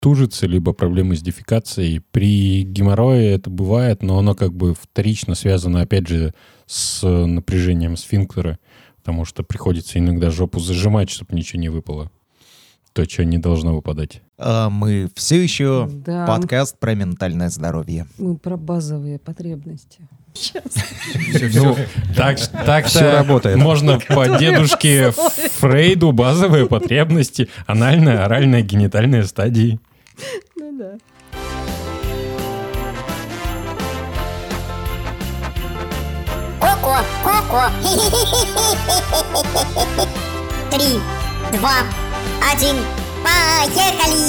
тужится, либо проблемы с дефекацией. При геморрое это бывает, но оно как бы вторично связано, опять же, с напряжением сфинктера, потому что приходится иногда жопу зажимать, чтобы ничего не выпало. То, что не должно выпадать. Мы все еще подкаст про ментальное здоровье. Мы про базовые потребности. Сейчас. Так-то работает. Можно по дедушке Фрейду базовые потребности, анальная, оральная, генитальная стадии. Ну да. Ко-ко. 3, 2, 1, поехали!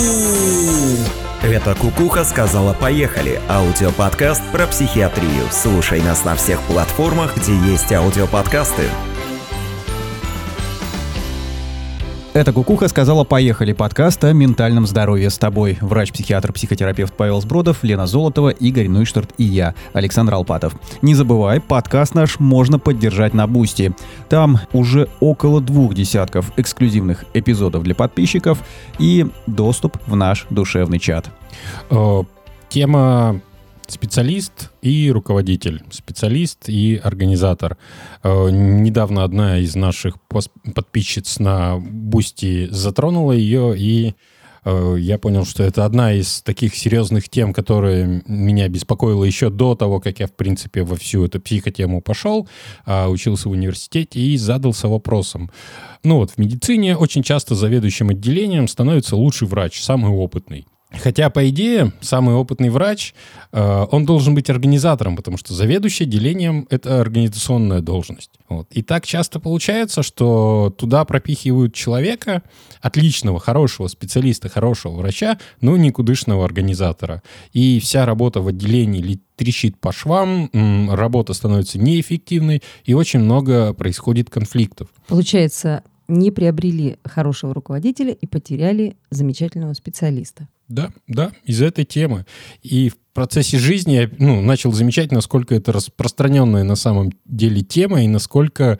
Это Кукуха сказала «Поехали» — аудиоподкаст про психиатрию. Слушай нас на всех платформах, где есть аудиоподкасты. Это Кукуха сказала «Поехали» — подкаст о ментальном здоровье. С тобой врач-психиатр-психотерапевт Павел Сбродов, Лена Золотова, Игорь Нойштарт и я, Александр Алпатов. Не забывай, подкаст наш можно поддержать на Бусти. Там уже около 2 десятков эксклюзивных эпизодов для подписчиков и доступ в наш душевный чат. Тема специалист и руководитель, специалист и организатор. Недавно одна из наших подписчиц на Бусти затронула ее, и я понял, что это одна из таких серьезных тем, которые меня беспокоила еще до того, как я, в принципе, во всю эту психотему пошел, учился в университете и задался вопросом. В медицине очень часто заведующим отделением становится лучший врач, самый опытный. Хотя, по идее, самый опытный врач, он должен быть организатором, потому что заведующий отделением — это организационная должность. И так часто получается, что туда пропихивают человека, отличного, хорошего специалиста, хорошего врача, но никудышного организатора. И вся работа в отделении трещит по швам, работа становится неэффективной, и очень много происходит конфликтов. Получается, не приобрели хорошего руководителя и потеряли замечательного специалиста. Да, из-за этой темы. И в процессе жизни я начал замечать, насколько это распространенная на самом деле тема, и насколько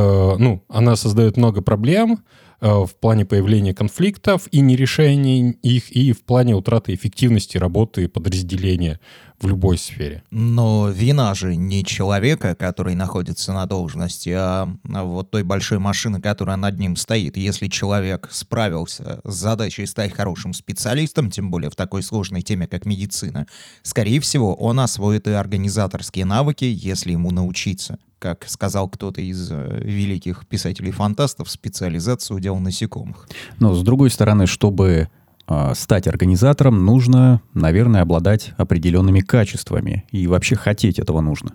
она создает много проблем в плане появления конфликтов и нерешения их, и в плане утраты эффективности работы подразделения в любой сфере. Но вина же не человека, который находится на должности, а вот той большой машины, которая над ним стоит. Если человек справился с задачей стать хорошим специалистом, тем более в такой сложной теме, как медицина, скорее всего, он освоит и организаторские навыки, если ему научиться. Как сказал кто-то из великих писателей-фантастов, специализация — удел насекомых. Но, с другой стороны, чтобы стать организатором, нужно, наверное, обладать определенными качествами. И вообще хотеть этого нужно.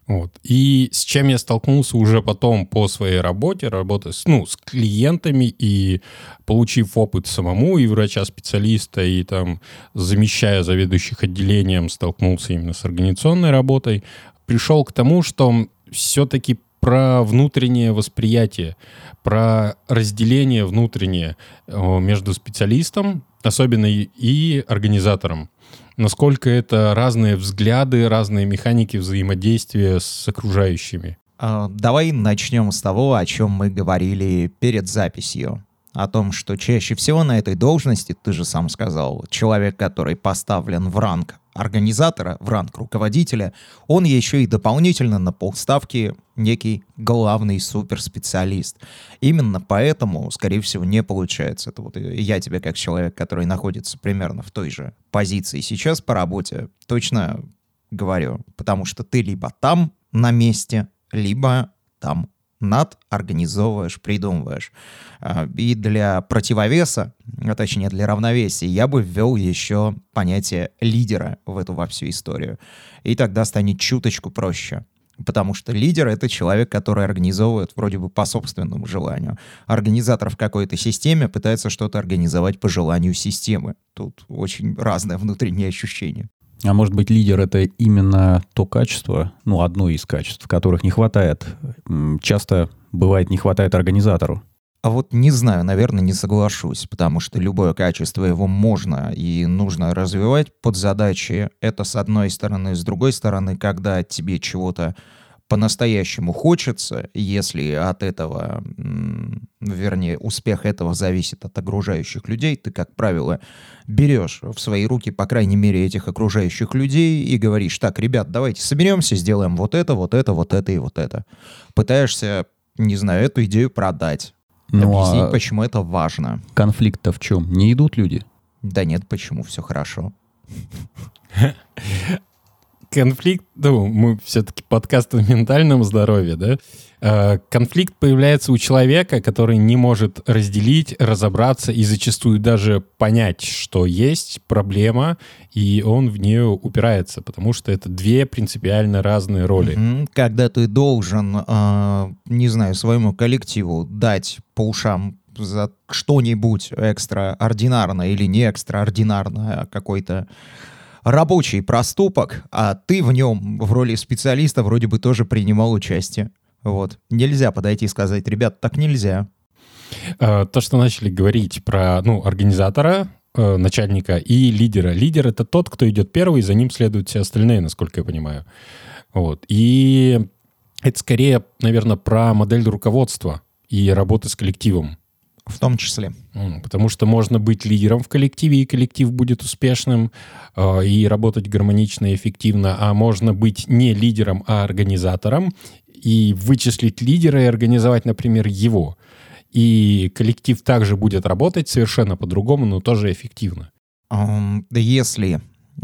И с чем я столкнулся уже потом по своей работе, с клиентами и получив опыт самому и врача-специалиста, и замещая заведующих отделением, столкнулся именно с организационной работой, пришел к тому, что все-таки про внутреннее восприятие, про разделение внутреннее между специалистом, особенно и организатором. Насколько это разные взгляды, разные механики взаимодействия с окружающими. Давай начнем с того, о чем мы говорили перед записью. О том, что чаще всего на этой должности, ты же сам сказал, человек, который поставлен в ранг организатора, в ранг руководителя, он еще и дополнительно на полставки некий главный суперспециалист. Именно поэтому, скорее всего, не получается. Это я тебе, как человек, который находится примерно в той же позиции сейчас по работе, точно говорю, потому что ты либо там на месте, либо там организовываешь, придумываешь. И для противовеса, а точнее для равновесия, я бы ввел еще понятие лидера в эту во всю историю. И тогда станет чуточку проще. Потому что лидер — это человек, который организовывает вроде бы по собственному желанию. Организатор в какой-то системе пытается что-то организовать по желанию системы. Тут очень разное внутреннее ощущение. А может быть, лидер — это именно то качество, одно из качеств, которых не хватает. Часто, бывает, не хватает организатору. А вот не знаю, наверное, не соглашусь, потому что любое качество его можно и нужно развивать под задачи. Это с одной стороны. С другой стороны, когда тебе чего-то по-настоящему хочется, если от этого, вернее, успех этого зависит от окружающих людей, ты, как правило, берешь в свои руки, по крайней мере, этих окружающих людей и говоришь: так, ребят, давайте соберемся, сделаем вот это, вот это, вот это и вот это. Пытаешься, не знаю, эту идею продать, объяснить, почему это важно. Конфликт-то в чем? Не идут люди? Да нет, почему? Все хорошо. Конфликт, мы все-таки подкаст о ментальном здоровье, да? Конфликт появляется у человека, который не может разделить, разобраться и зачастую даже понять, что есть проблема, и он в нее упирается, потому что это две принципиально разные роли. Когда ты должен, не знаю, своему коллективу дать по ушам за что-нибудь экстраординарное или не экстраординарное, а какой-то рабочий проступок, а ты в нем в роли специалиста вроде бы тоже принимал участие. Вот. Нельзя подойти и сказать: ребят, так нельзя. То, что начали говорить про организатора, начальника и лидера. Лидер — это тот, кто идет первый, за ним следуют все остальные, насколько я понимаю. Вот. И это скорее, наверное, про модель руководства и работы с коллективом. В том числе. Потому что можно быть лидером в коллективе, и коллектив будет успешным, и работать гармонично и эффективно, а можно быть не лидером, а организатором, и вычислить лидера и организовать, например, его. И коллектив также будет работать совершенно по-другому, но тоже эффективно. Если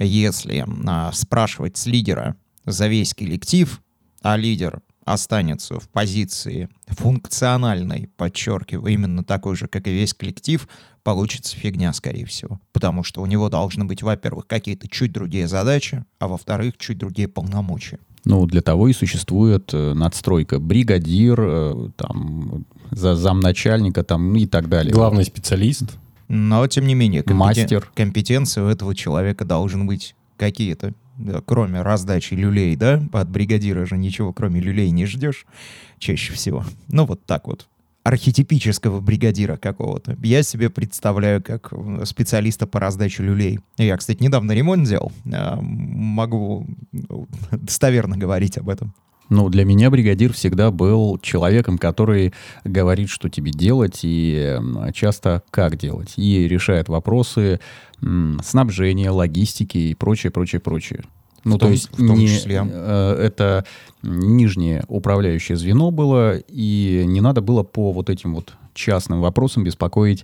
спрашивать с лидера за весь коллектив, а лидер останется в позиции функциональной, подчеркиваю, именно такой же, как и весь коллектив, получится фигня, скорее всего. Потому что у него должны быть, во-первых, какие-то чуть другие задачи, а во-вторых, чуть другие полномочия. Для того и существует надстройка. Бригадир, замначальника и так далее. Главный специалист. Но, тем не менее, мастер. Компетенции у этого человека должны быть какие-то. Кроме раздачи люлей, да? От бригадира же ничего, кроме люлей, не ждешь чаще всего. Вот так вот. Архетипического бригадира какого-то. Я себе представляю как специалиста по раздаче люлей. Я, кстати, недавно ремонт делал. Могу достоверно говорить об этом. Для меня бригадир всегда был человеком, который говорит, что тебе делать, и часто как делать. И решает вопросы снабжения, логистики и прочее. В том числе. Это нижнее управляющее звено было, и не надо было по вот этим вот частным вопросам беспокоить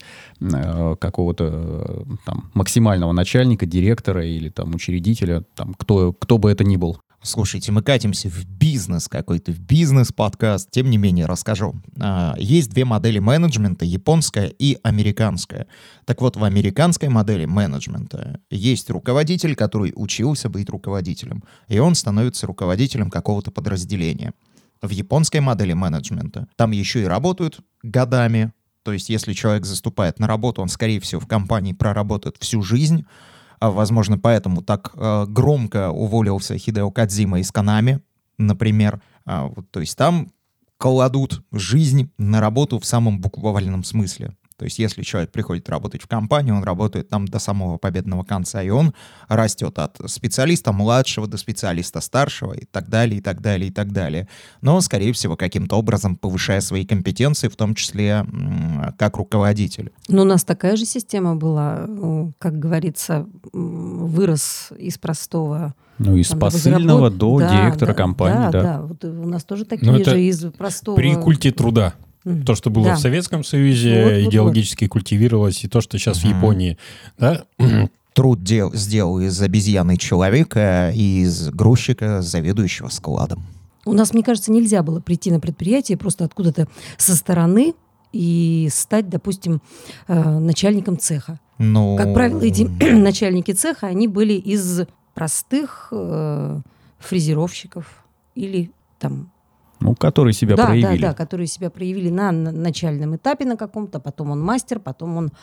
какого-то максимального начальника, директора или учредителя, кто бы это ни был. Слушайте, мы катимся в бизнес какой-то, в бизнес-подкаст. Тем не менее, расскажу. Есть две модели менеджмента, японская и американская. Так вот, в американской модели менеджмента есть руководитель, который учился быть руководителем, и он становится руководителем какого-то подразделения. В японской модели менеджмента там еще и работают годами. То есть, если человек заступает на работу, он, скорее всего, в компании проработает всю жизнь. Возможно, поэтому так громко уволился Хидео Кодзима из Konami, например. То есть там кладут жизнь на работу в самом буквальном смысле. То есть если человек приходит работать в компанию, он работает там до самого победного конца, и он растет от специалиста младшего до специалиста старшего и так далее, и так далее, и так далее. Но, скорее всего, каким-то образом повышая свои компетенции, в том числе как руководитель. Но у нас такая же система была, как говорится, вырос из простого... из посыльного до директора компании. Да. Вот у нас тоже такие же из простого... При культе труда. То, что было в Советском Союзе, идеологически культивировалось, и то, что сейчас в Японии. Да? Труд сделал из обезьяны человека и из грузчика заведующего складом. У нас, мне кажется, нельзя было прийти на предприятие просто откуда-то со стороны и стать, допустим, начальником цеха. Как правило, эти начальники цеха, они были из простых фрезеровщиков или которые себя проявили. Да, которые себя проявили на начальном этапе на каком-то, потом он мастер, потом он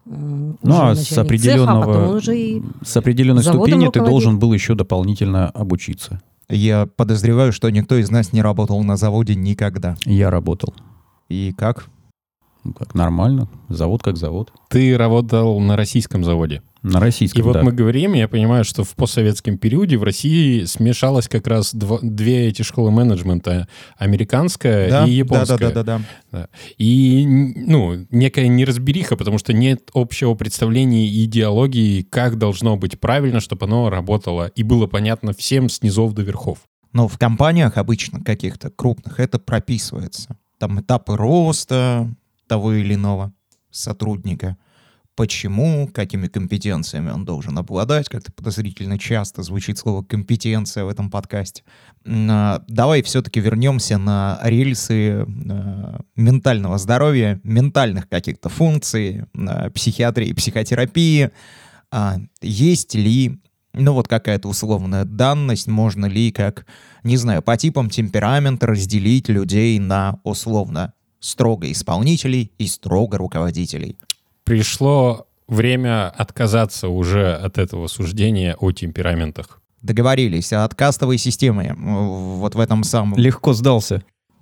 с определенной ступени ты должен был еще дополнительно обучиться. Я подозреваю, что никто из нас не работал на заводе никогда. Я работал. И как? Как нормально. Завод как завод. Ты работал на российском заводе? На российском, И вот мы говорим, я понимаю, что в постсоветском периоде в России смешалось как раз две эти школы менеджмента, американская и японская. Да. И, некая неразбериха, потому что нет общего представления и идеологии, как должно быть правильно, чтобы оно работало и было понятно всем с низов до верхов. Но в компаниях обычно каких-то крупных это прописывается. Там этапы роста того или иного сотрудника. Почему, какими компетенциями он должен обладать. Как-то подозрительно часто звучит слово «компетенция» в этом подкасте. Давай все-таки вернемся на рельсы ментального здоровья, ментальных каких-то функций, психиатрии, психотерапии. Есть ли, какая-то условная данность, можно ли, по типам темперамента разделить людей на условно строго исполнителей и строго руководителей? Пришло время отказаться уже от этого суждения о темпераментах. Договорились. А от кастовой системы вот в этом самом... Легко сдался.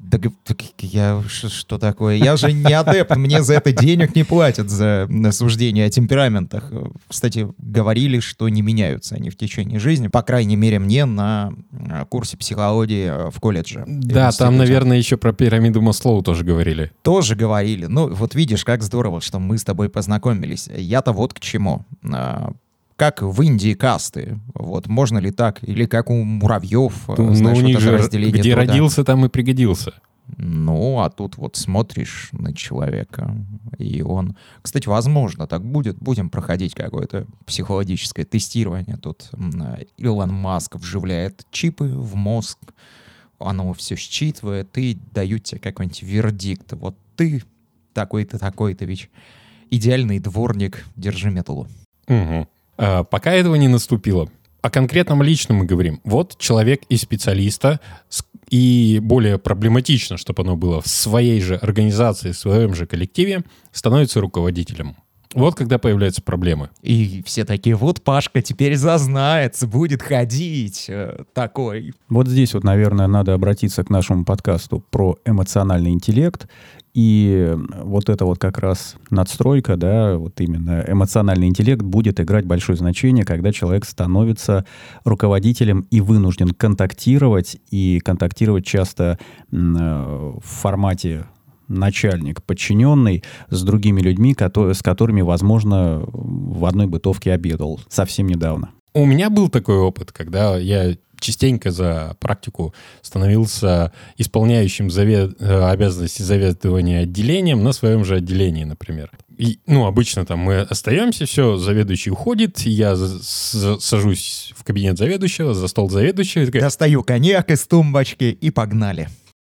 Что такое? Я же не адепт, мне за это денег не платят за суждение о темпераментах. Кстати, говорили, что не меняются они в течение жизни. По крайней мере, мне на курсе психологии в колледже. Да, там, наверное, еще про пирамиду Маслоу тоже говорили. Тоже говорили. Вот видишь, как здорово, что мы с тобой познакомились. Я-то вот к чему. Как в Индии касты. Можно ли так? Или как у муравьев? У них же где труда. Родился, там и пригодился. А тут смотришь на человека, и он... Кстати, возможно, так будет. Будем проходить какое-то психологическое тестирование. Тут Илон Маск вживляет чипы в мозг, оно все считывает и дают тебе какой-нибудь вердикт. Вот ты такой-то, такой-то, ведь идеальный дворник, держи метлу. Угу. Пока этого не наступило. О конкретном личном мы говорим. Вот человек и специалиста, и более проблематично, чтобы оно было в своей же организации, в своем же коллективе, становится руководителем. Вот когда появляются проблемы. И все такие, Пашка теперь зазнается, будет ходить такой. Вот здесь наверное, надо обратиться к нашему подкасту про эмоциональный интеллект. И это как раз надстройка, именно эмоциональный интеллект будет играть большое значение, когда человек становится руководителем и вынужден контактировать, и контактировать часто в формате начальник, подчиненный, с другими людьми, с которыми, возможно, в одной бытовке обедал совсем недавно. У меня был такой опыт, когда я частенько за практику становился исполняющим обязанности заведования отделением на своем же отделении, например. И, обычно там мы остаемся, все, заведующий уходит, я сажусь в кабинет заведующего, за стол заведующего. Достаю коньяк из тумбочки и погнали.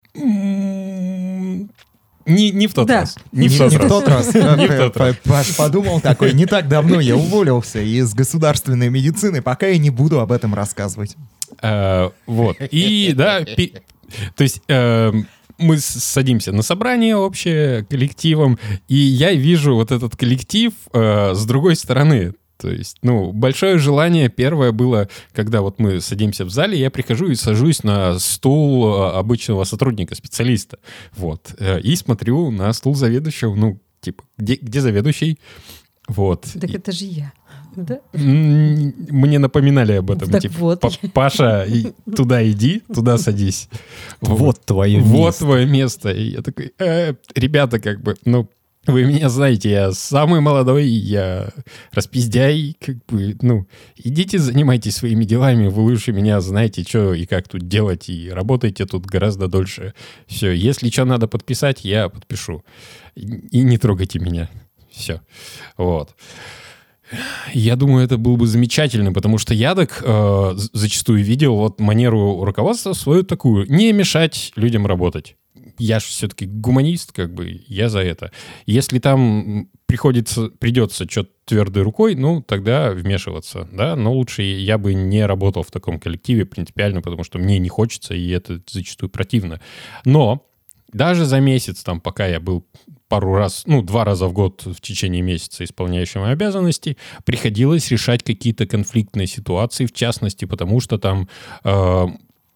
Не в тот раз. Не в тот раз. Паш подумал такой, не так давно я уволился из государственной медицины, пока я не буду об этом рассказывать. И, то есть мы садимся на собрание общее коллективом, и я вижу этот коллектив с другой стороны. То есть, большое желание первое было, когда мы садимся в зале, я прихожу и сажусь на стул обычного сотрудника, специалиста. И смотрю на стул заведующего, где заведующий? Так это же я. Да? Мне напоминали об этом. Паша, туда иди, туда садись. Вот твое место. Вот твое место. И я такой, ребята, вы меня знаете, я самый молодой, я распиздяй, идите занимайтесь своими делами, вы лучше меня знаете, что и как тут делать, и работайте тут гораздо дольше. Все, если что надо подписать, я подпишу. И не трогайте меня. Все. Я думаю, это было бы замечательно, потому что я так зачастую видел манеру руководства свою такую, не мешать людям работать. Я же все-таки гуманист, я за это. Если там придется что-то твердой рукой, тогда вмешиваться, да, но лучше я бы не работал в таком коллективе принципиально, потому что мне не хочется, и это зачастую противно. Но даже за месяц, пока я был пару раз, 2 раза в год в течение месяца исполняющим обязанности, приходилось решать какие-то конфликтные ситуации, в частности, потому что там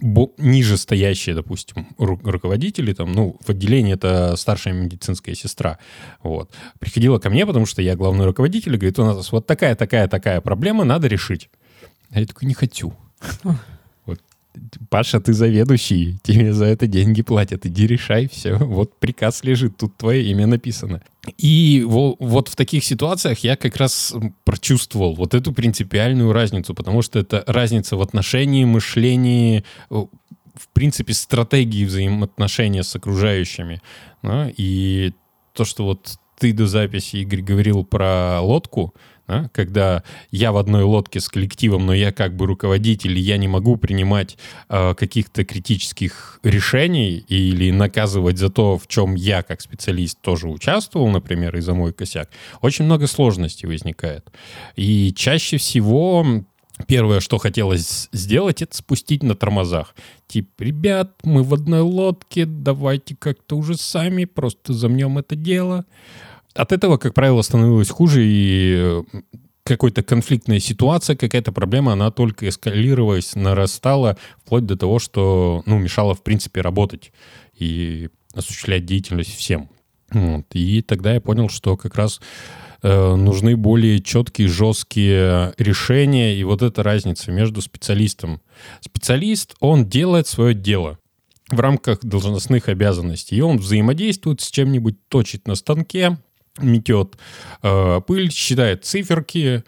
ниже стоящие, допустим, руководители, там, ну, в отделении это старшая медицинская сестра, вот, приходила ко мне, потому что я главный руководитель, и говорит, у нас вот такая проблема, надо решить. А я такой, не хочу. Вот. Паша, ты заведующий, тебе за это деньги платят, иди решай, все, вот приказ лежит, тут твое имя написано. И вот в таких ситуациях я как раз прочувствовал вот эту принципиальную разницу, потому что это разница в отношении, мышлении, в принципе, стратегии взаимоотношения с окружающими. Да? И то, что вот ты до записи, Игорь, говорил про лодку, да? Когда я в одной лодке с коллективом, но я как бы руководитель, и я не могу принимать каких-то критических решений или наказывать за то, в чем я как специалист тоже участвовал, например, и за мой косяк, очень много сложностей возникает. И чаще всего первое, что хотелось сделать, это спустить на тормозах. Типа, ребят, мы в одной лодке, давайте как-то уже сами просто замнем это дело. От этого, как правило, становилось хуже, и какая-то конфликтная ситуация, какая-то проблема, она только эскалировалась, нарастала, вплоть до того, что, ну, мешала, в принципе, работать и осуществлять деятельность всем. Вот. И тогда я понял, что как раз нужны более четкие, жесткие решения, и вот эта разница между специалистом. Специалист, он делает свое дело в рамках должностных обязанностей, и он взаимодействует с чем-нибудь, точит на станке, метет пыль, считает циферки,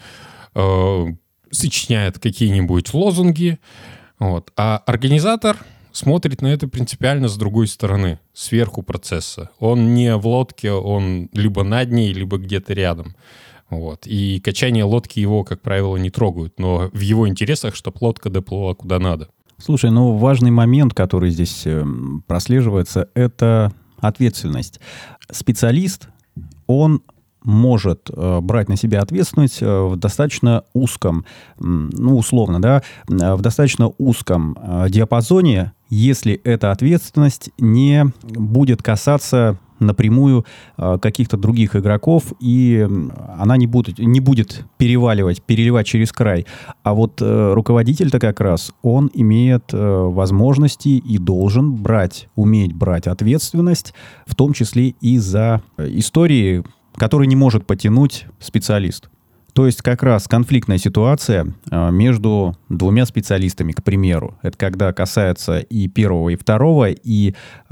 сочиняет какие-нибудь лозунги. Вот. А организатор смотрит на это принципиально с другой стороны, сверху процесса. Он не в лодке, он либо над ней, либо где-то рядом. Вот. И качание лодки его, как правило, не трогают. Но в его интересах, чтобы лодка доплыла куда надо. Слушай, ну важный момент, который здесь прослеживается, это ответственность. Специалист, он может брать на себя ответственность в достаточно узком, ну, условно, да, в достаточно узком диапазоне, если эта ответственность не будет касаться напрямую каких-то других игроков, и она не будет переливать через край. А вот руководитель-то как раз, он имеет возможности и должен уметь брать ответственность, в том числе и за истории, которые не может потянуть специалист. То есть как раз конфликтная ситуация между двумя специалистами, к примеру. Это когда касается и первого, и второго, и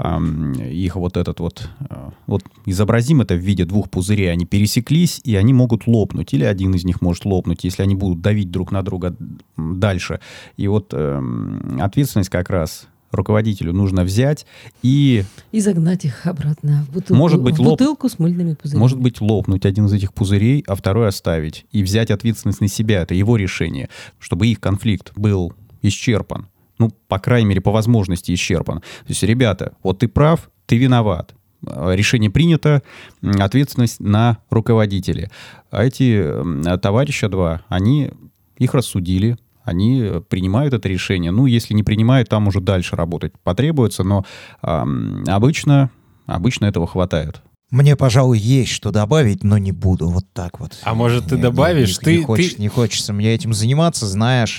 их вот этот вот изобразим это в виде двух пузырей. Они пересеклись, и они могут лопнуть. Или один из них может лопнуть, если они будут давить друг на друга дальше. И вот ответственность как раз руководителю нужно взять и загнать их обратно в бутылку, может быть, бутылку с мыльными пузырями. Может быть, лопнуть один из этих пузырей, а второй оставить. И взять ответственность на себя. Это его решение. Чтобы их конфликт был исчерпан. Ну, по крайней мере, по возможности исчерпан. То есть, ребята, вот ты прав, ты виноват. Решение принято, ответственность на руководителе. А эти товарища два, их рассудили. Они принимают это решение. Ну, если не принимают, там уже дальше работать потребуется, но обычно этого хватает. Мне, пожалуй, есть что добавить, но не буду вот так вот. А может, ты добавишь? Не хочется мне этим заниматься, знаешь.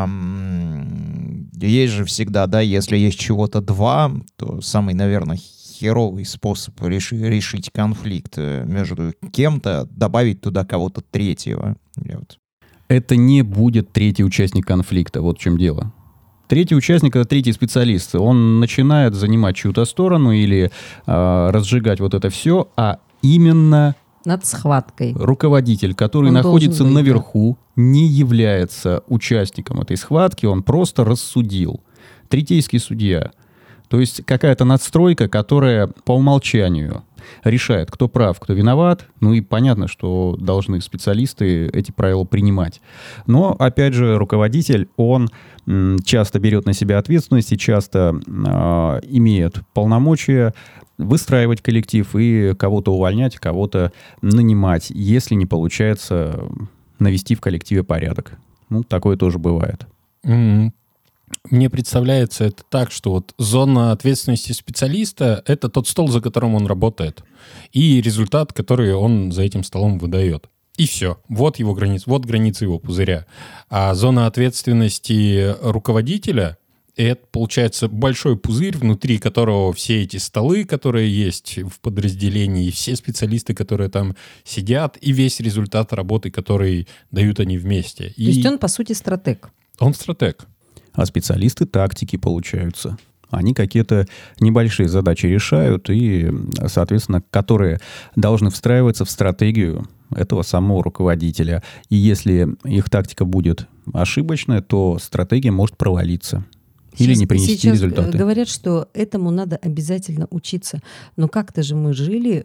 Есть же всегда, да, если есть чего-то два, то самый, наверное, херовый способ решить конфликт между кем-то, добавить туда кого-то третьего. Это не будет третий участник конфликта, вот в чем дело. Третий участник — это третий специалист. Он начинает занимать чью-то сторону или разжигать вот это все, а именно над схваткой. Руководитель, который находится наверху, не является участником этой схватки, он просто рассудил. Третейский судья. То есть какая-то надстройка, которая по умолчанию решает, кто прав, кто виноват. Ну и понятно, что должны специалисты эти правила принимать. Но, опять же, руководитель, он часто берет на себя ответственность и часто имеет полномочия выстраивать коллектив и кого-то увольнять, кого-то нанимать, если не получается навести в коллективе порядок. Ну, такое тоже бывает. Мне представляется это так, что вот зона ответственности специалиста — это тот стол, за которым он работает, и результат, который он за этим столом выдает. И все. Вот его границы, вот границы его пузыря. А зона ответственности руководителя И это, получается, большой пузырь, внутри которого все эти столы, которые есть в подразделении, и все специалисты, которые там сидят, и весь результат работы, который дают они вместе. То есть он, по сути, стратег. Он стратег. А специалисты тактики получаются. Они какие-то небольшие задачи решают, и, соответственно, которые должны встраиваться в стратегию этого самого руководителя. И если их тактика будет ошибочная, то стратегия может провалиться. Или не принести результаты. Говорят, что этому надо обязательно учиться. Но как-то же мы жили,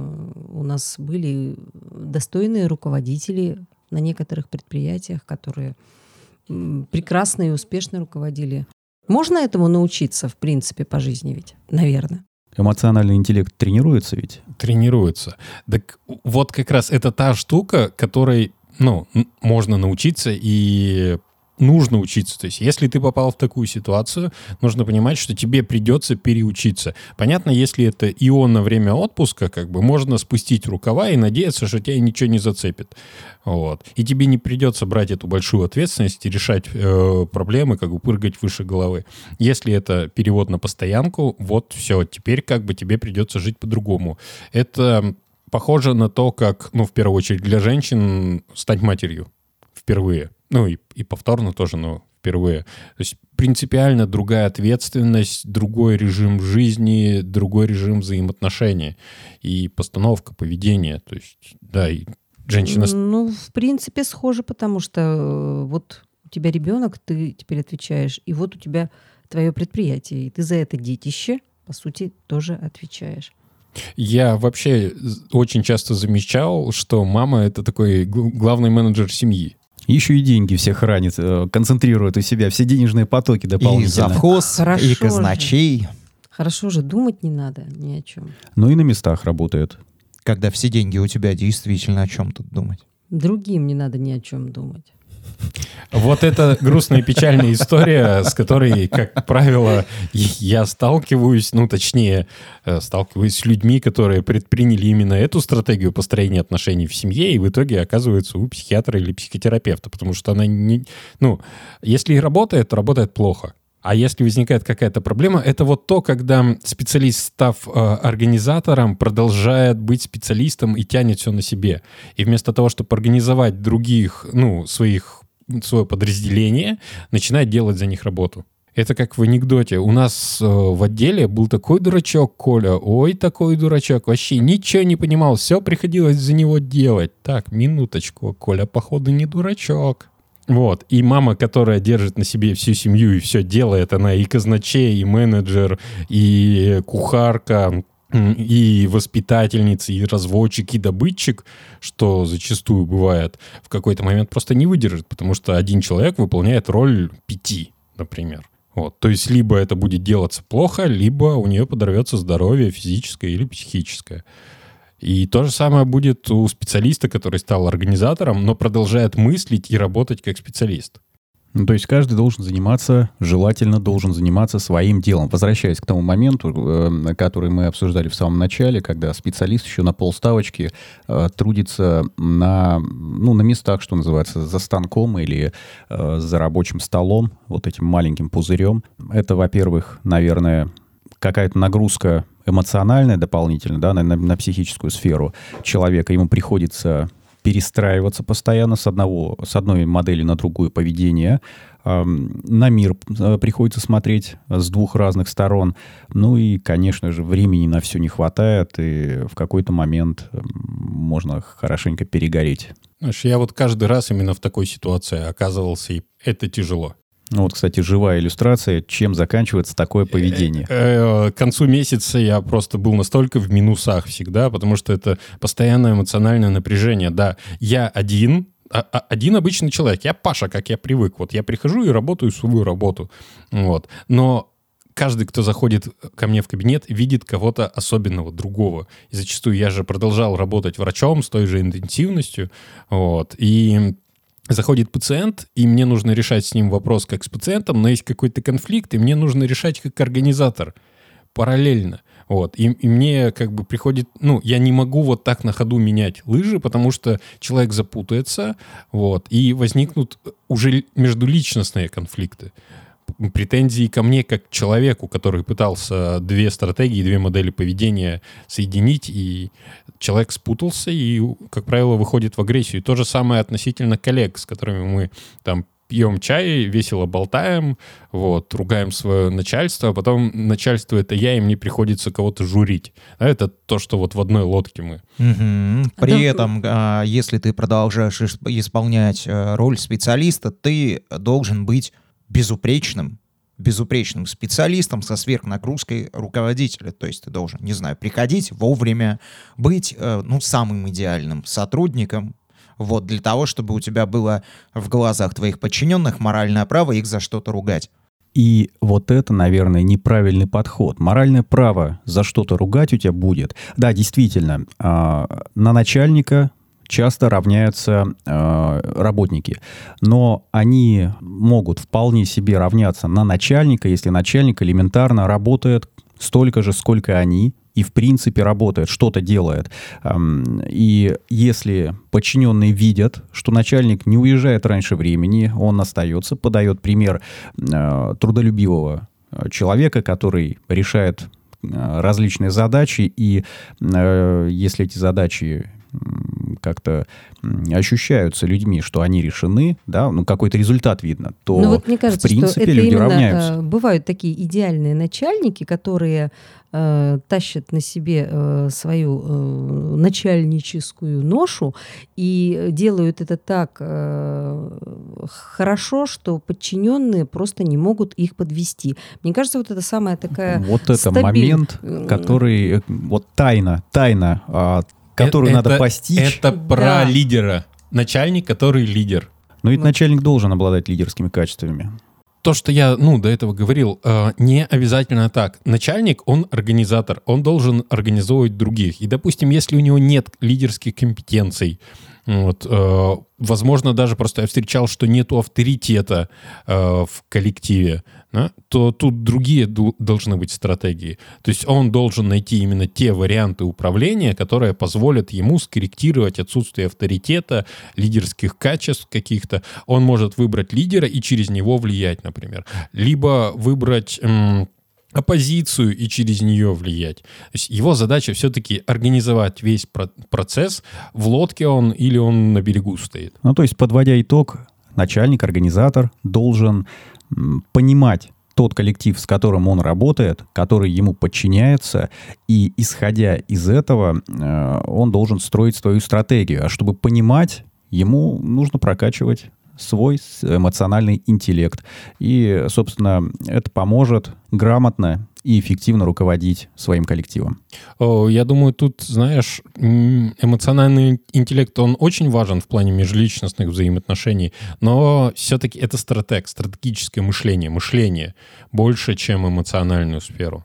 у нас были достойные руководители на некоторых предприятиях, которые прекрасно и успешно руководили. Можно этому научиться, в принципе, по жизни ведь, наверное. Эмоциональный интеллект тренируется ведь? Тренируется. Так вот как раз это та штука, которой, можно научиться и нужно учиться. То есть если ты попал в такую ситуацию, нужно понимать, что тебе придется переучиться. Понятно, если это ИО на время отпуска, можно спустить рукава и надеяться, что тебя ничего не зацепит. Вот. И тебе не придется брать эту большую ответственность и решать проблемы, прыгать выше головы. Если это перевод на постоянку, вот все, теперь тебе придется жить по-другому. Это похоже на то, как, в первую очередь для женщин стать матерью впервые. И повторно тоже, но впервые. То есть принципиально другая ответственность, другой режим жизни, другой режим взаимоотношений и постановка поведения. То есть, да, и женщина... в принципе, схоже, потому что вот у тебя ребенок, ты теперь отвечаешь, и вот у тебя твое предприятие, и ты за это детище, по сути, тоже отвечаешь. Я вообще очень часто замечал, что мама — это такой главный менеджер семьи. Еще и деньги всех хранит, концентрирует у себя все денежные потоки дополнительно. И завхоз, и казначей. Хорошо же, думать не надо ни о чем. Ну и на местах работает. Когда все деньги у тебя, действительно, о чем тут думать? Другим не надо ни о чем думать. Вот это грустная и печальная история, с которой, как правило, я сталкиваюсь, сталкиваюсь с людьми, которые предприняли именно эту стратегию построения отношений в семье, и в итоге оказываются у психиатра или психотерапевта, потому что она если и работает, то работает плохо. А если возникает какая-то проблема, это вот то, когда специалист, став организатором, продолжает быть специалистом и тянет все на себе. И вместо того, чтобы организовать других, свое подразделение, начинает делать за них работу. Это как в анекдоте. У нас в отделе был такой дурачок Коля. Ой, такой дурачок. Вообще ничего не понимал. Все приходилось за него делать. Так, минуточку. Коля, походу, не дурачок. Вот. И мама, которая держит на себе всю семью и все делает, она и казначей, и менеджер, и кухарка, и воспитательница, и разводчик, и добытчик, что зачастую бывает, в какой-то момент просто не выдержит, потому что один человек выполняет роль 5, например. Вот. То есть либо это будет делаться плохо, либо у нее подорвется здоровье физическое или психическое. И то же самое будет у специалиста, который стал организатором, но продолжает мыслить и работать как специалист. То есть каждый желательно должен заниматься своим делом. Возвращаясь к тому моменту, который мы обсуждали в самом начале, когда специалист еще на полставочки трудится на местах, что называется, за станком или за рабочим столом, вот этим маленьким пузырем. Это, во-первых, наверное, какая-то нагрузка эмоциональная дополнительно, да, на психическую сферу человека. Ему приходится перестраиваться постоянно с одной модели на другую поведение. На мир приходится смотреть с двух разных сторон. Ну и, конечно же, времени на все не хватает, и в какой-то момент можно хорошенько перегореть. Знаешь, я вот каждый раз именно в такой ситуации оказывался, и это тяжело. Вот, кстати, живая иллюстрация, чем заканчивается такое поведение. К концу месяца я просто был настолько в минусах всегда, потому что это постоянное эмоциональное напряжение. Да, я один обычный человек, я Паша, как я привык. Вот я прихожу и работаю свою работу. Вот. Но каждый, кто заходит ко мне в кабинет, видит кого-то особенного, другого. И зачастую я же продолжал работать врачом с той же интенсивностью. Вот. И заходит пациент, и мне нужно решать с ним вопрос как с пациентом, но есть какой-то конфликт, и мне нужно решать как организатор параллельно. Вот. И мне приходит... я не могу вот так на ходу менять лыжи, потому что человек запутается, вот, и возникнут уже междуличностные конфликты. претензии ко мне как к человеку, который пытался две стратегии, две модели поведения соединить, и человек спутался и, как правило, выходит в агрессию. И то же самое относительно коллег, с которыми мы там пьем чай, весело болтаем, вот, ругаем свое начальство, а потом начальство — это я, и мне приходится кого-то журить. Да, это то, что вот в одной лодке мы. При этом, если ты продолжаешь исполнять роль специалиста, ты должен быть безупречным специалистом со сверхнагрузкой руководителя. То есть ты должен, не знаю, приходить вовремя, быть, самым идеальным сотрудником, вот, для того, чтобы у тебя было в глазах твоих подчиненных моральное право их за что-то ругать. И вот это, наверное, неправильный подход. Моральное право за что-то ругать у тебя будет. Да, действительно, на начальника часто равняются работники. Но они могут вполне себе равняться на начальника, если начальник элементарно работает столько же, сколько они, и в принципе работает, что-то делает. И если подчиненные видят, что начальник не уезжает раньше времени, он остается, подает пример трудолюбивого человека, который решает различные задачи, и если эти задачи как-то ощущаются людьми, что они решены, да, какой-то результат видно, то, вот мне кажется, в принципе, что это люди именно равняются. Бывают такие идеальные начальники, которые тащат на себе свою начальническую ношу и делают это так хорошо, что подчиненные просто не могут их подвести. Мне кажется, вот это самая такая вот это момент, который вот тайна, которую надо постичь. Это про лидера. Начальник, который лидер. Но ведь начальник должен обладать лидерскими качествами. То, что я, до этого говорил, не обязательно так. Начальник, он организатор, он должен организовывать других. И, допустим, если у него нет лидерских компетенций, возможно, даже просто я встречал, что нету авторитета в коллективе, да, то тут другие должны быть стратегии. То есть он должен найти именно те варианты управления, которые позволят ему скорректировать отсутствие авторитета, лидерских качеств каких-то. Он может выбрать лидера и через него влиять, например. Либо выбрать оппозицию и через нее влиять. То есть его задача все-таки организовать весь процесс, в лодке он или он на берегу стоит. То есть, подводя итог, начальник, организатор должен понимать тот коллектив, с которым он работает, который ему подчиняется, и, исходя из этого, он должен строить свою стратегию. А чтобы понимать, ему нужно прокачивать свой эмоциональный интеллект. И, собственно, это поможет грамотно и эффективно руководить своим коллективом. Я думаю, тут, знаешь, эмоциональный интеллект, он очень важен в плане межличностных взаимоотношений, но все-таки это стратегическое мышление больше, чем эмоциональную сферу.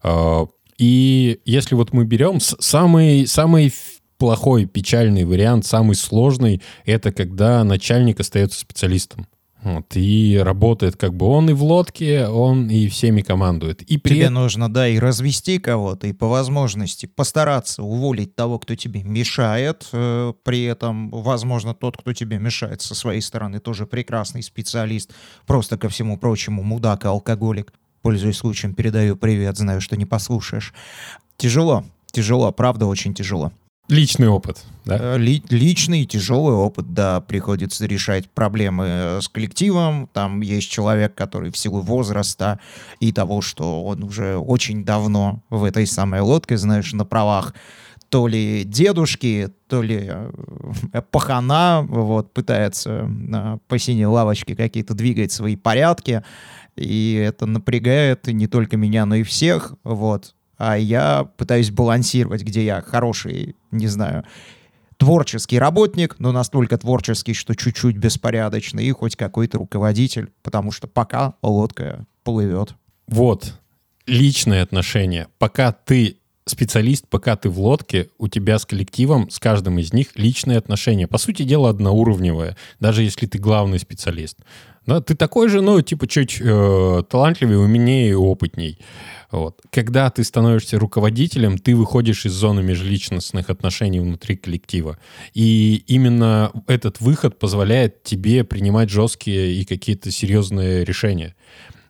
И если вот мы берем самый плохой, печальный вариант, самый сложный, это когда начальник остается специалистом. И работает как бы он и в лодке, он и всеми командует. И тебе нужно, и развести кого-то, и по возможности постараться уволить того, кто тебе мешает. При этом, возможно, тот, кто тебе мешает со своей стороны, тоже прекрасный специалист. Просто, ко всему прочему, мудак и алкоголик. Пользуясь случаем, передаю привет, знаю, что не послушаешь. Тяжело, правда, очень тяжело. Личный опыт, да? Личный тяжелый опыт, да, приходится решать проблемы с коллективом. Там есть человек, который в силу возраста и того, что он уже очень давно в этой самой лодке, знаешь, на правах то ли дедушки, то ли пахана, пытается по синей лавочке какие-то двигать свои порядки, и это напрягает не только меня, но и всех, А я пытаюсь балансировать, где я хороший, не знаю, творческий работник, но настолько творческий, что чуть-чуть беспорядочный, и хоть какой-то руководитель, потому что пока лодка плывет. Личные отношения. Пока ты специалист, пока ты в лодке, у тебя с коллективом, с каждым из них личные отношения. По сути дела, одноуровневые, даже если ты главный специалист. Да, ты такой же, чуть талантливее, умнее и опытней. Когда ты становишься руководителем, ты выходишь из зоны межличностных отношений внутри коллектива. И именно этот выход позволяет тебе принимать жесткие и какие-то серьезные решения.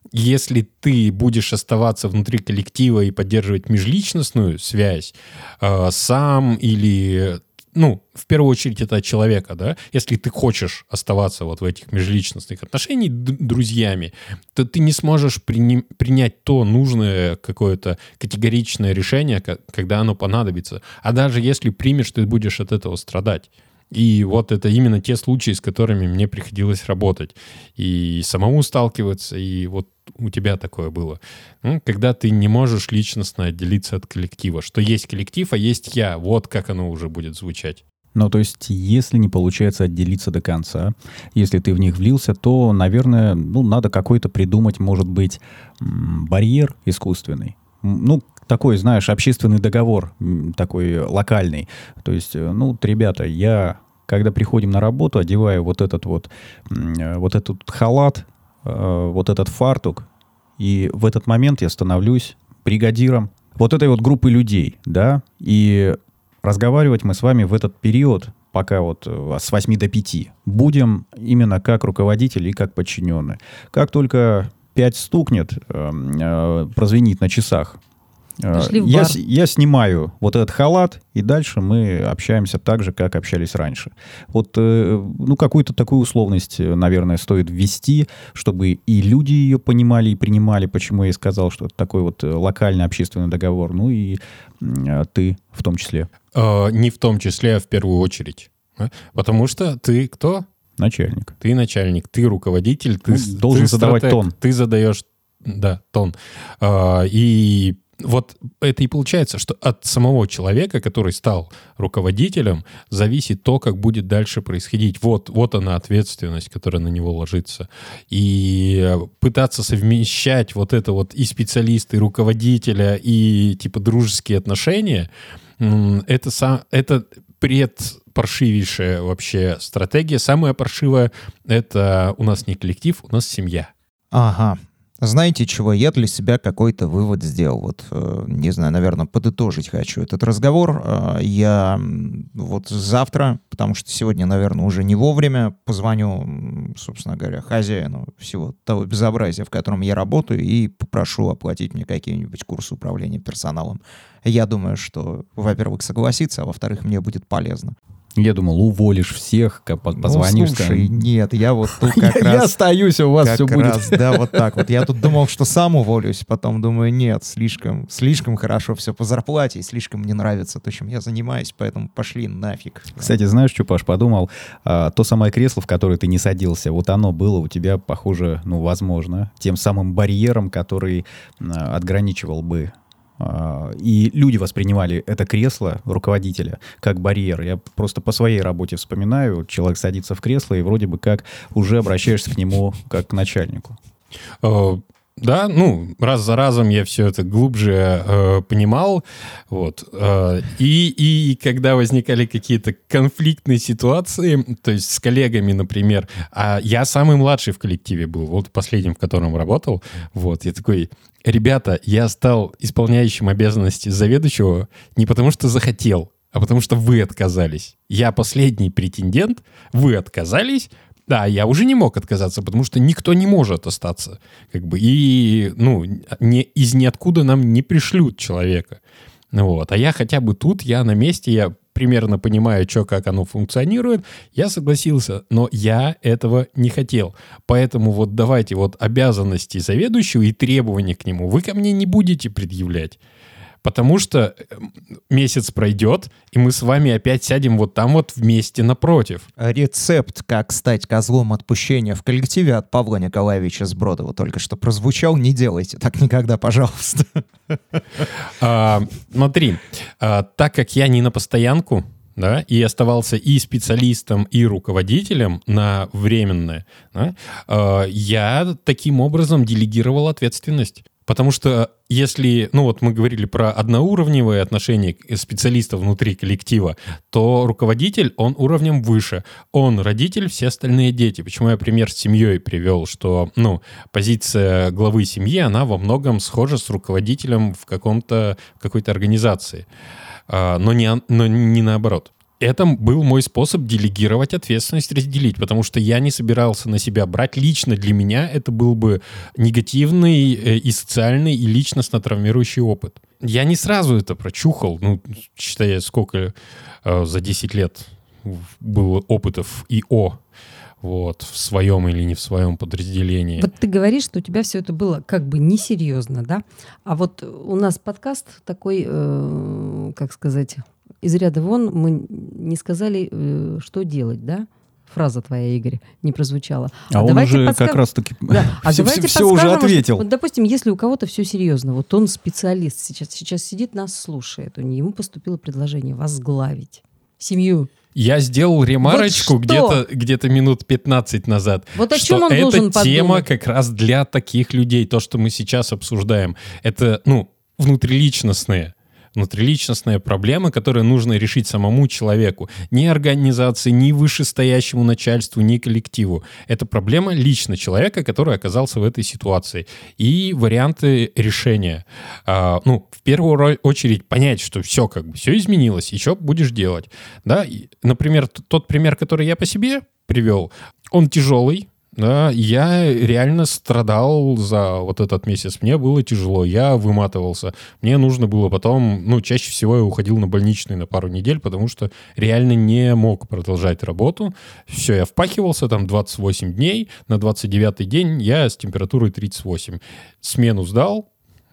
если ты будешь оставаться внутри коллектива и поддерживать межличностную связь сам или... Ну, в первую очередь, это от человека, да? Если ты хочешь оставаться вот в этих межличностных отношениях друзьями, то ты не сможешь принять то нужное какое-то категоричное решение, когда оно понадобится. А даже если примешь, ты будешь от этого страдать. И вот это именно те случаи, с которыми мне приходилось работать. И самому сталкиваться, и вот у тебя такое было. Ну, когда ты не можешь личностно отделиться от коллектива. Что есть коллектив, а есть я. Вот как оно уже будет звучать. Ну, то есть, если не получается отделиться до конца, если ты в них влился, то, наверное, надо какой-то придумать, может быть, барьер искусственный. Ну, такой, знаешь, общественный договор, такой локальный. То есть, ребята, я, когда приходим на работу, одеваю вот этот халат, вот этот фартук, и в этот момент я становлюсь бригадиром вот этой вот группы людей, да, и разговаривать мы с вами в этот период, пока вот с 8 до 5, будем именно как руководители и как подчиненные. Как только 5 стукнет, прозвенит на часах, я снимаю вот этот халат, и дальше мы общаемся так же, как общались раньше. Вот, какую-то такую условность, наверное, стоит ввести, чтобы и люди ее понимали и принимали, почему я и сказал, что это такой вот локальный общественный договор, ну и ты в том числе. Не в том числе, а в первую очередь. Потому что ты кто? Начальник. Ты начальник, ты руководитель, ты должен задавать тон. Ты задаешь, тон. И вот это и получается, что от самого человека, который стал руководителем, зависит то, как будет дальше происходить. Вот она ответственность, которая на него ложится. И пытаться совмещать вот это вот и специалиста, и руководителя, и типа дружеские отношения, это предпаршивейшая вообще стратегия. Самая паршивая — это у нас не коллектив, у нас семья. Ага. Знаете чего? Я для себя какой-то вывод сделал. Вот, не знаю, наверное, подытожить хочу этот разговор. Я вот завтра, потому что сегодня, наверное, уже не вовремя, позвоню, собственно говоря, хозяину всего того безобразия, в котором я работаю, и попрошу оплатить мне какие-нибудь курсы управления персоналом. Я думаю, что, во-первых, согласится, а во-вторых, мне будет полезно. Я думал, уволишь всех, позвонишь. Слушай, нет, я вот тут как раз... Я остаюсь, у вас все будет. Да, вот так вот. Я тут думал, что сам уволюсь, потом думаю, нет, слишком хорошо все по зарплате, и слишком мне нравится то, чем я занимаюсь, поэтому пошли нафиг. Кстати, знаешь, что, Паш, подумал? То самое кресло, в которое ты не садился, вот оно было у тебя, похоже, возможно, тем самым барьером, который отграничивал бы. И люди воспринимали это кресло руководителя как барьер. Я просто по своей работе вспоминаю, человек садится в кресло, и вроде бы как уже обращаешься к нему как к начальнику. Да, раз за разом я все это глубже понимал. Вот. И когда возникали какие-то конфликтные ситуации, то есть с коллегами, например, а я самый младший в коллективе был, вот последним, в котором работал, вот, я такой: ребята, я стал исполняющим обязанности заведующего не потому что захотел, а потому что вы отказались. Я последний претендент, вы отказались. Да, я уже не мог отказаться, потому что никто не может остаться. И, из ниоткуда нам не пришлют человека. Вот. А я хотя бы тут, я на месте, я примерно понимаю, как оно функционирует. Я согласился, но я этого не хотел. Поэтому вот давайте вот обязанности заведующего и требования к нему вы ко мне не будете предъявлять. Потому что месяц пройдет, и мы с вами опять сядем вот там вот вместе напротив. Рецепт, как стать козлом отпущения в коллективе, от Павла Николаевича Сбродова только что прозвучал. Не делайте так никогда, пожалуйста. Смотри, так как я не на постоянку, да, и оставался и специалистом, и руководителем на временное, да, я таким образом делегировал ответственность. Потому что если, мы говорили про одноуровневые отношения специалистов внутри коллектива, то руководитель, он уровнем выше. Он родитель, все остальные дети. Почему я пример с семьей привел, что, позиция главы семьи, она во многом схожа с руководителем в какой-то организации. Но не наоборот. это был мой способ делегировать ответственность, разделить, потому что я не собирался на себя брать. Лично для меня это был бы негативный и социальный, и личностно травмирующий опыт. Я не сразу это прочухал, считая, сколько за 10 лет было опытов ИО, в своем или не в своем подразделении. Вот ты говоришь, что у тебя все это было как бы несерьезно, да? А вот у нас подкаст такой, как сказать, из ряда вон, мы не сказали, что делать, да? Фраза твоя, Игорь, не прозвучала. А он уже как раз-таки все уже ответил. Вот, допустим, если у кого-то все серьезно, вот он специалист, сейчас сидит, нас слушает, ему поступило предложение возглавить семью. Я сделал ремарочку где-то минут 15 назад, вот о чем он должен эта тема как раз для таких людей, то, что мы сейчас обсуждаем. Это, внутриличностные проблемы, которые нужно решить самому человеку. Ни организации, ни вышестоящему начальству, ни коллективу. Это проблема лично человека, который оказался в этой ситуации. И варианты решения. В первую очередь понять, что все изменилось, и что будешь делать. Да? Например, тот пример, который я по себе привел, он тяжелый. Да, я реально страдал за вот этот месяц. Мне было тяжело, я выматывался. Мне нужно было потом, чаще всего я уходил на больничный на пару недель, потому что реально не мог продолжать работу. Все, я впахивался там 28 дней, на 29-й день я с температурой 38. Смену сдал,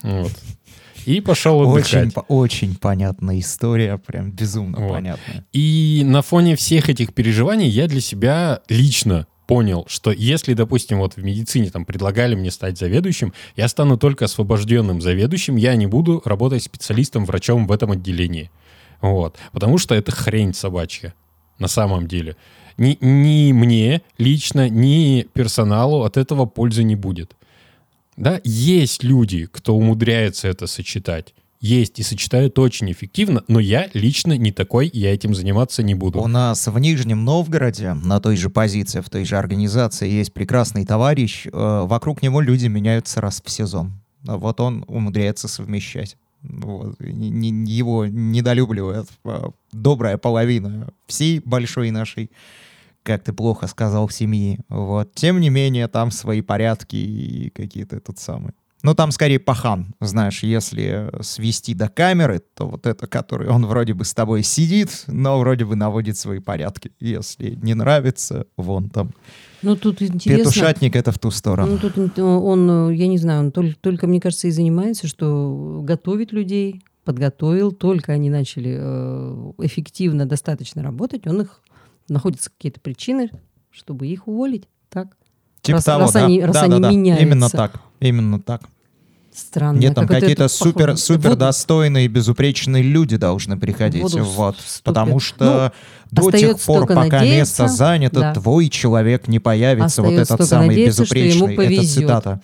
и пошел отдыхать. Очень понятная история, прям безумно понятная. И на фоне всех этих переживаний я для себя лично понял, что если, допустим, в медицине предлагали мне стать заведующим, я стану только освобожденным заведующим, я не буду работать специалистом, врачом в этом отделении. Потому что это хрень собачья на самом деле. Ни мне лично, ни персоналу от этого пользы не будет. Да? Есть люди, кто умудряется это сочетать. Есть и сочетают очень эффективно, но я лично не такой, я этим заниматься не буду. У нас в Нижнем Новгороде, на той же позиции, в той же организации, есть прекрасный товарищ. Вокруг него люди меняются раз в сезон. Вот он умудряется совмещать. Его недолюбливает добрая половина всей большой нашей, как ты плохо сказал, семьи. Тем не менее, там свои порядки и какие-то там скорее пахан, знаешь, если свести до камеры, то это, который он вроде бы с тобой сидит, но вроде бы наводит свои порядки. Если не нравится, вон там. Тут интересно. Петушатник — это в ту сторону. Тут он, я не знаю, он только, мне кажется, и занимается, что готовит людей, подготовил, только они начали эффективно достаточно работать, находятся какие-то причины, чтобы их уволить, так? Типа раз они меняются. Именно так. Странно. Нет, там какие-то супер достойные, безупречные люди должны приходить. Потому что до тех пор, пока место занято, твой человек не появится. Этот самый безупречный. Это цитата.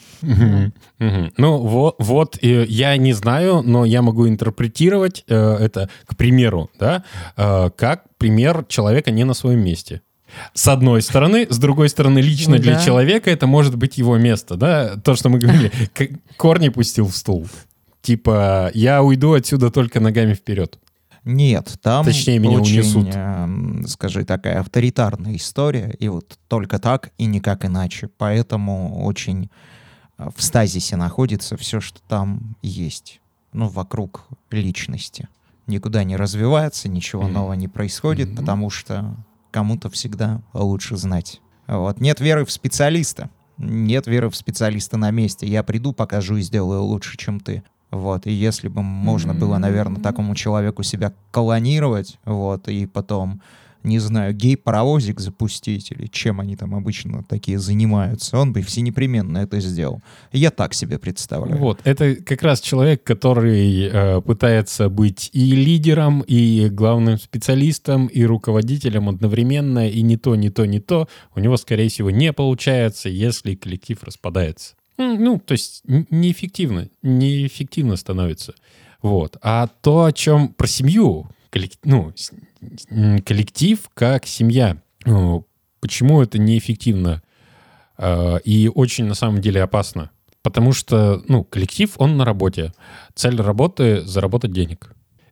Я не знаю, но я могу интерпретировать это, к примеру, да, как пример человека не на своем месте. С одной стороны, с другой стороны, лично для человека это может быть его место, да, то, что мы говорили, корни пустил в стул. Типа, я уйду отсюда только ногами вперед. Нет, там точнее, меня унесут. Скажи, такая авторитарная история, и только так и никак иначе. Поэтому очень в стазисе находится все, что там есть, вокруг личности. Никуда не развивается, ничего нового не происходит, потому что кому-то всегда лучше знать. Нет веры в специалиста. Нет веры в специалиста на месте. Я приду, покажу и сделаю лучше, чем ты. И если бы можно было, наверное, такому человеку себя колонировать, и потом, не знаю, гей-паровозик запустить, или чем они там обычно такие занимаются, он бы всенепременно это сделал. Я так себе представляю. Это как раз человек, который пытается быть и лидером, и главным специалистом, и руководителем одновременно, и не то. У него, скорее всего, не получается, если коллектив распадается. То есть неэффективно становится. А то, о чем про семью, коллектив как семья. Почему это неэффективно и очень на самом деле опасно? Потому что коллектив, он на работе. Цель работы — заработать денег.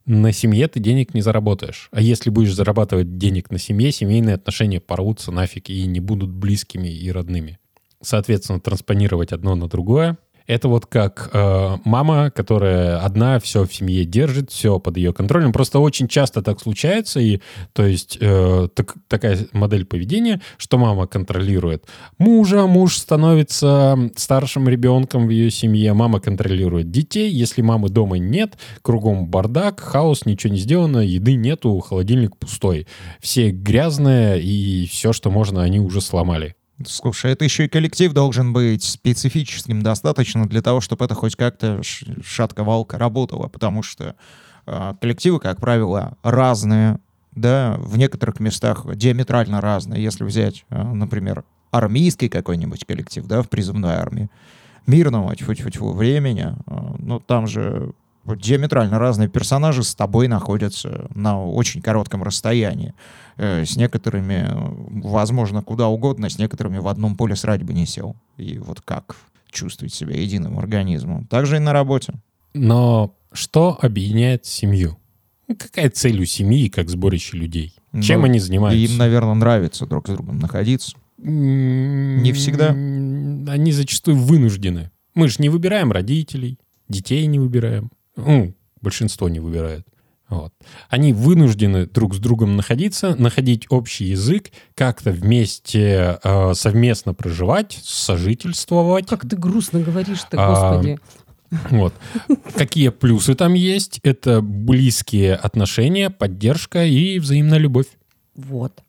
на семье ты денег не заработаешь. А если будешь зарабатывать денег на семье, семейные отношения порвутся нафиг и не будут близкими и родными. Соответственно, транспонировать одно на другое. Это вот как мама, которая одна все в семье держит, все под ее контролем. Просто очень часто так случается, и то есть такая модель поведения, что мама контролирует мужа, муж становится старшим ребенком в ее семье, мама контролирует детей. Если мамы дома нет, кругом бардак, хаос, ничего не сделано, еды нету, холодильник пустой. Все грязные, и все, что можно, они уже сломали. Слушай, это еще и коллектив должен быть специфическим достаточно для того, чтобы это хоть как-то шатко-валко работало, потому что коллективы, как правило, разные, да, в некоторых местах диаметрально разные. Если взять, например, армейский какой-нибудь коллектив, да, в призывной армии, мирного тьфу-тьфу-тьфу времени, ну, там же диаметрально разные персонажи с тобой находятся на очень коротком расстоянии. С некоторыми, возможно, куда угодно, с некоторыми в одном поле срать бы не сел. И вот как чувствовать себя единым организмом. Так же и на работе. Но что объединяет семью? Какая цель у семьи, как сборище людей? Чем они занимаются? Им, наверное, нравится друг с другом находиться. Не всегда. Они зачастую вынуждены. Мы же не выбираем родителей, детей не выбираем. Большинство не выбирает. Вот. Они вынуждены друг с другом находиться, находить общий язык, как-то вместе совместно проживать, сожительствовать. Как ты грустно говоришь-то, Господи. Вот. Какие плюсы там есть? Это близкие отношения, поддержка и взаимная любовь. Вот.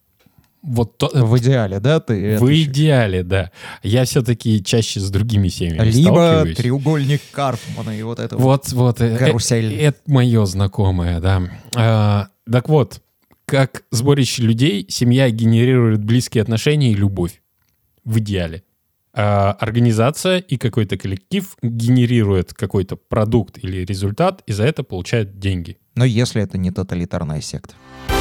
В идеале, да? Идеале, да. Я все-таки чаще с другими семьями либо треугольник Карпмана и вот это карусель. Это мое знакомое, да. Так вот, как сборище людей, семья генерирует близкие отношения и любовь. В идеале. Организация и какой-то коллектив генерирует какой-то продукт или результат, и за это получают деньги. Но если это не тоталитарная секта.